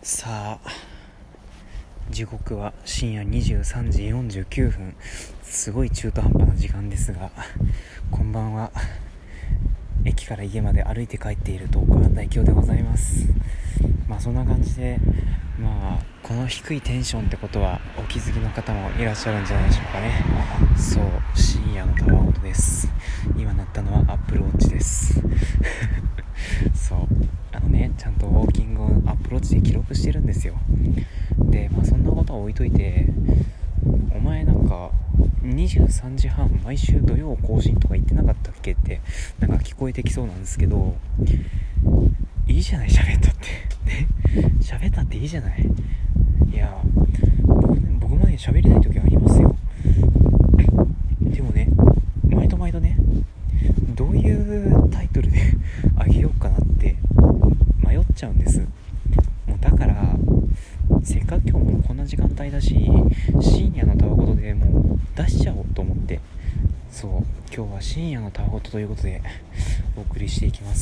さあ、時刻は深夜23時49分。すごい中途半端な時間ですが、こんばんは。駅から家まで歩いて帰っている10日代表でございます。そんな感じで、この低いテンションってことはお気づきの方もいらっしゃるんじゃないでしょうかね。そう、深夜のたわごとです。今鳴ったのは Apple Watch ですそう、ちゃんとウォーキングを Apple Watch で記録してるんですよ。で、そんなことは置いといて、お前23時半毎週土曜更新とか言ってなかったっけって聞こえてきそうなんですけど、いいじゃない、喋ったってね、喋ったっていいじゃない。いや、僕もね、喋りたい時ありますよ。でもね、毎度ね、どういうタイトルであげようかなって迷っちゃうんです。もうだから、せっかく今日もこんな時間帯だし、深夜のたわごとでもう出しちゃおうと思って、そう、今日は深夜のたわごとということでお送りしていきます。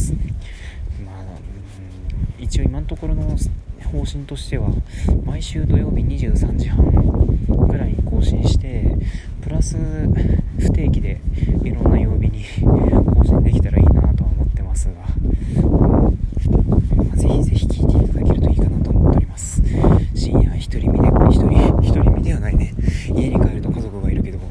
一応今のところの方針としては、毎週土曜日23時半くらいに更新して、プラス不定期でいろんな曜日に更新できたらいいなとは思ってますが、ぜひぜひ聞いていただけるといいかなと思っております。深夜一人身ではないね、家に帰ると家族がいるけど、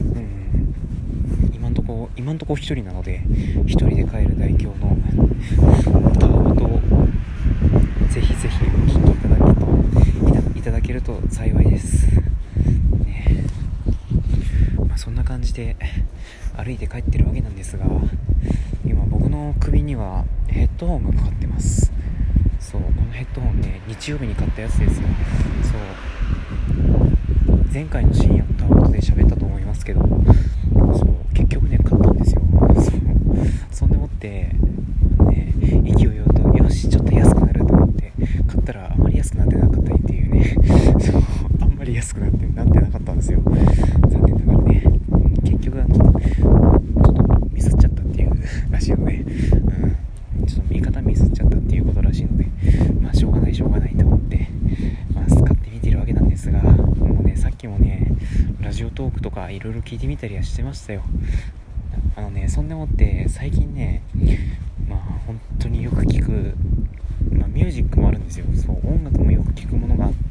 今んとこ一人なので、一人で帰る代表のたわごとをぜひぜひお聞きいただけると幸いですね。そんな感じで歩いて帰ってるわけなんですが、今僕の首にはヘッドホンがかかってます。そう、このヘッドホンね、日曜日に買ったやつですよ。そう、前回の深夜のたわごとで喋ったと思いますけど、そう結局ね、買ったんですよ。そんでもって勢いよと、よしちょっと安くなると思って買ったら、あまり安くなってなかったりっていうねそう、あんまり安くなってなかったんですよ。残念ながらね、結局ちょっとミスっちゃったっていうらしいので、ちょっと見方ミスっちゃったっていうことらしいので、しょうがないと思って、使ってみてるわけなんですが、もうね、さっきもね、ラジオトークとかいろいろ聞いてみたりはしてましたよ。そんでもって最近ね、本当によく聞く、ミュージックもあるんですよ。そう、音楽もよく聞くものがあって、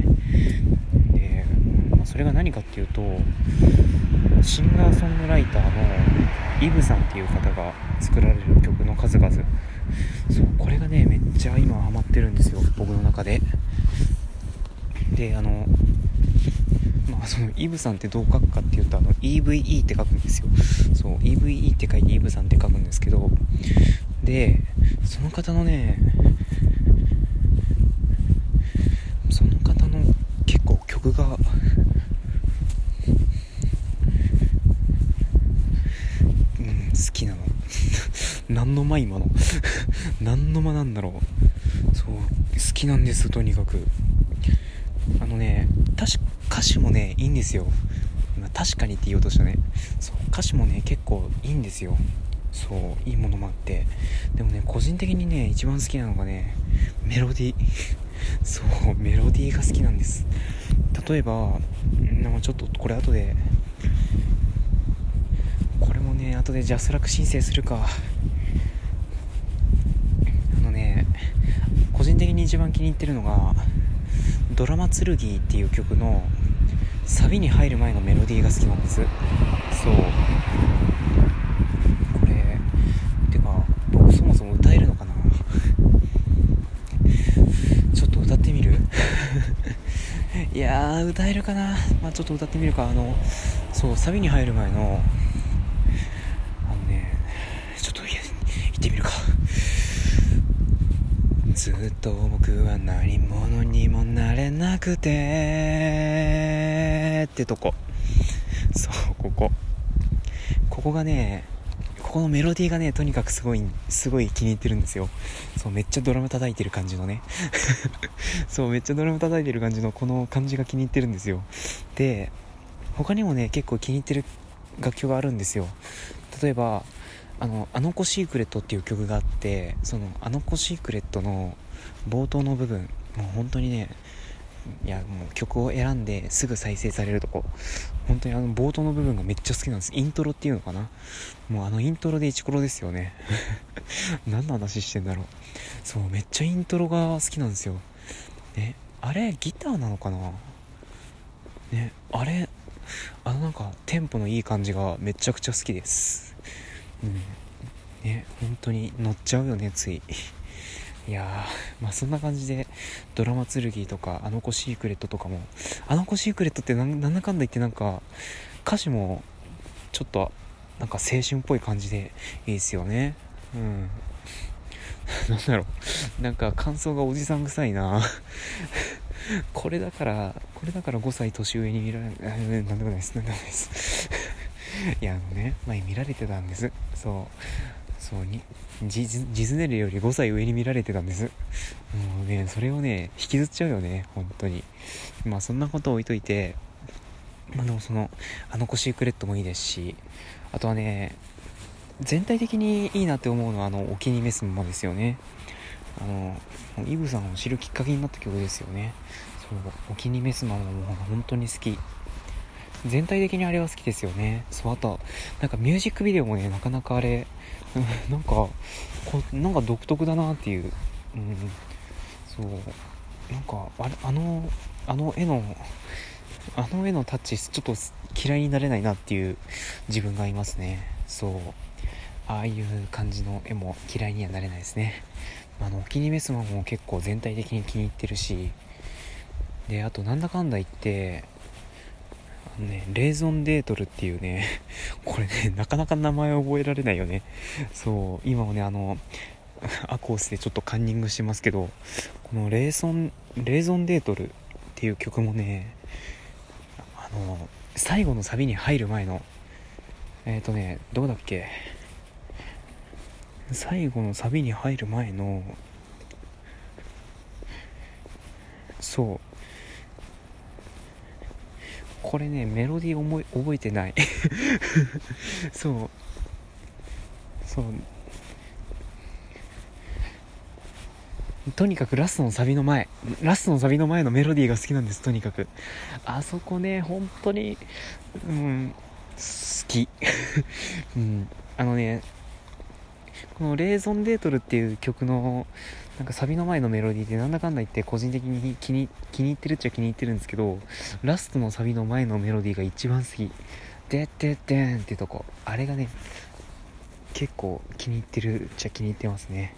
で、それが何かっていうと、シンガーソングライターのイブさんっていう方が作られる曲の数々、そう、これがね、めっちゃ今ハマってるんですよ、僕の中で。で、そのイブさんってどう書くかっていうと、EVE って書くんですよ。そう、EVE って書いてイブさんって書くんですけど、で、その方の結構曲が好きなの何の間今の何の間なんだろう。そう、好きなんです、とにかく。歌詞もね、いいんですよ。確かにって言おうとしたね。そう、歌詞もね、結構いいんですよ。そう、いいものもあって。でもね、個人的にね、一番好きなのがね、メロディーそう、メロディーが好きなんです。例えば、ちょっとこれもね、後でジャスラック申請するか。個人的に一番気に入ってるのが、ドラマ剣っていう曲のサビに入る前のメロディーが好きなんです。そう、これてか、僕そもそも歌えるのかなちょっと歌ってみるいやー、歌えるかな。ちょっと歌ってみるか。そう、サビに入る前のちょっと言ってみるか。ずっと僕は何者にもなれなくてってとこ。そう、ここがね、ここのメロディーがね、とにかくすごい気に入ってるんですよ。そう、めっちゃドラム叩いてる感じのねそう、めっちゃドラム叩いてる感じのこの感じが気に入ってるんですよ。で、他にもね、結構気に入ってる楽曲があるんですよ。例えばあの子シークレットっていう曲があって、そのあの子シークレットの冒頭の部分、もう本当にね、いやもう曲を選んですぐ再生されるとこ、本当に冒頭の部分がめっちゃ好きなんです。イントロっていうのかな、もうイントロでイチコロですよね何の話してんだろう。そう、めっちゃイントロが好きなんですよね。あれギターなのかなね。あれなんかテンポのいい感じがめちゃくちゃ好きです。ね、本当に乗っちゃうよね、ついいやー、まあそんな感じでドラマ剣とかあの子シークレットとかも、あの子シークレットってなんだかんだ言ってなんか歌詞もちょっとなんか青春っぽい感じでいいですよね。なんだろう、なんか感想がおじさん臭いなこれだから5歳年上に見られる、なんでもないですいや前見られてたんです。そうにジズネルより5歳上に見られてたんです。もうね、それをね引きずっちゃうよね、本当に。まあそんなこと置いといて、まあでもあの子シークレットもいいですし、あとはね、全体的にいいなって思うのはお気に召すままですよね。イブさんを知るきっかけになった曲ですよね。そう、お気に召すままも本当に好き。全体的にあれは好きですよね。そう、あとなんかミュージックビデオもね、なかなかあれなんか独特だなっていう、そうなんかあの絵のタッチちょっと嫌いになれないなっていう自分がいますね。そう、ああいう感じの絵も嫌いにはなれないですね。お気に召すままも結構全体的に気に入ってるし、であとなんだかんだ言ってレーゾンデートルっていうねこれね、なかなか名前覚えられないよね。そう、今もねアコースでちょっとカンニングしてますけど、このレーゾンデートルっていう曲もね、最後のサビに入る前のどうだっけ、最後のサビに入る前の、そうこれね、メロディー覚えてないそうとにかくラストのサビの前のメロディーが好きなんです。とにかくあそこね、本当に好きこのレーゾンデートルっていう曲のなんかサビの前のメロディーでなんだかんだ言って個人的に気に入ってるっちゃ気に入ってるんですけど、ラストのサビの前のメロディーが一番好きでってでんってとこ、あれがね結構気に入ってるっちゃ気に入ってますね。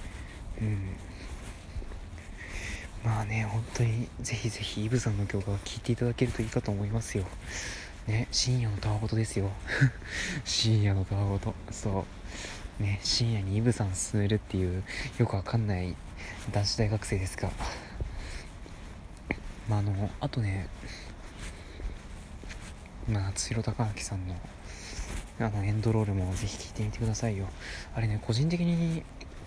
まあね、本当にぜひぜひイブさんの曲は聴いていただけるといいかと思いますよね。深夜のたわごとですよ深夜のたわごと、そうね、深夜にイブさん勧めるっていうよくわかんない男子大学生ですが、あとね、厚弘孝明さんのエンドロールもぜひ聴いてみてくださいよ。あれね、個人的に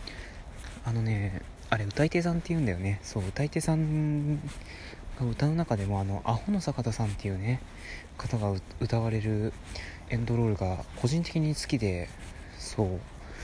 あれ歌い手さんって言うんだよね。そう、歌い手さんが歌う中でもアホの坂田さんっていうね方が歌われるエンドロールが個人的に好きで、そう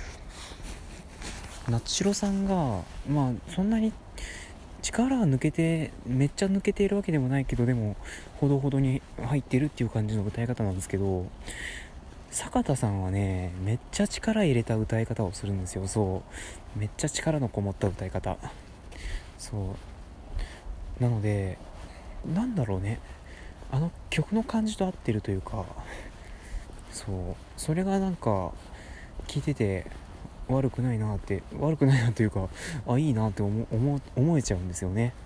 夏代さんがそんなに力がめっちゃ抜けているわけでもないけど、でもほどほどに入ってるっていう感じの歌い方なんですけど、坂田さんはねめっちゃ力入れた歌い方をするんですよ。そうめっちゃ力のこもった歌い方、そうなのでなんだろうね、曲の感じと合ってるというか、それがなんか聞いてて悪くないなというか、いいなって思えちゃうんですよね。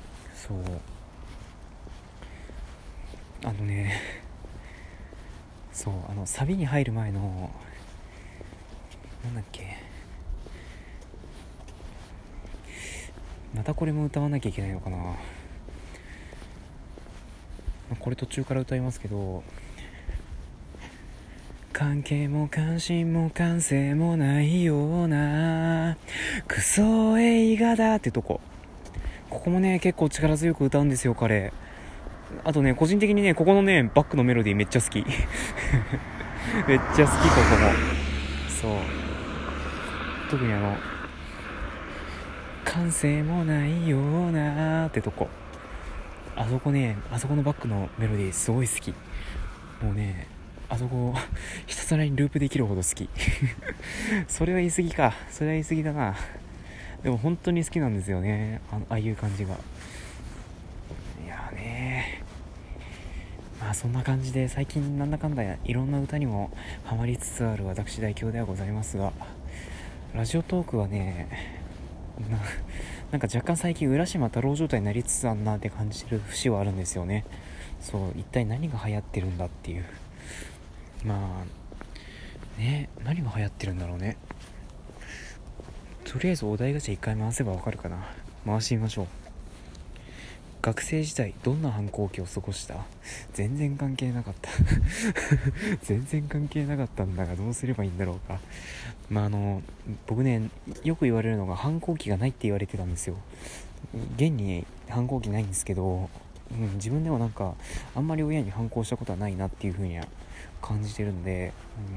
サビに入る前のなんだっけ、またこれも歌わなきゃいけないのかな。これ途中から歌いますけど、関係も関心も感性もないようなクソ映画だってとこもね結構力強く歌うんですよ彼。あとね、個人的にねここのねバックのメロディーめっちゃ好きめっちゃ好き、ここも。そう、特に感性もないようなってとこ、あそこね、あそこのバックのメロディーすごい好き。もうね、あそこひたすらにループできるほど好きそれは言い過ぎか、それは言い過ぎだな。でも本当に好きなんですよね、ああいう感じが。いやね、まあそんな感じで最近なんだかんだいろんな歌にもハマりつつある私代表ではございますが、ラジオトークはね、なんか若干最近浦島太郎状態になりつつあんなって感じてる節はあるんですよね。そう、一体何が流行ってるんだっていう。まあね、何が流行ってるんだろうね。とりあえずお題ガチャ一回回せばわかるかな。回してみましょう。学生時代どんな反抗期を過ごした？全然関係なかった全然関係なかったんだがどうすればいいんだろうか。まあ僕ね、よく言われるのが反抗期がないって言われてたんですよ。現に反抗期ないんですけど、自分でもなんかあんまり親に反抗したことはないなっていう風には感じてるんで、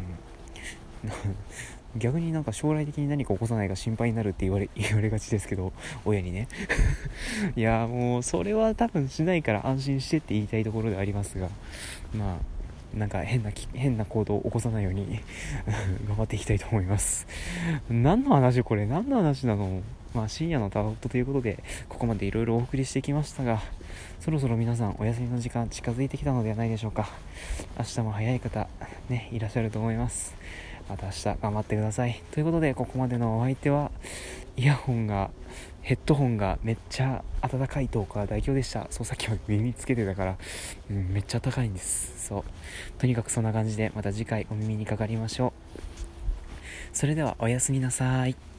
逆になんか将来的に何か起こさないか心配になるって言われがちですけど、親にねいやもうそれは多分しないから安心してって言いたいところでありますが、まあなんか変な行動を起こさないように頑張っていきたいと思います。何の話これ、何の話なの。まあ深夜のタロットということでここまでいろいろお送りしてきましたが、そろそろ皆さんお休みの時間近づいてきたのではないでしょうか。明日も早い方ねいらっしゃると思います。また明日頑張ってください。ということでここまでのお相手はヘッドホンがめっちゃ暖かいトーカー代表でした。そう、さっきは耳つけてたから、めっちゃ高いんです。そう、とにかくそんな感じでまた次回お耳にかかりましょう。それではおやすみなさい。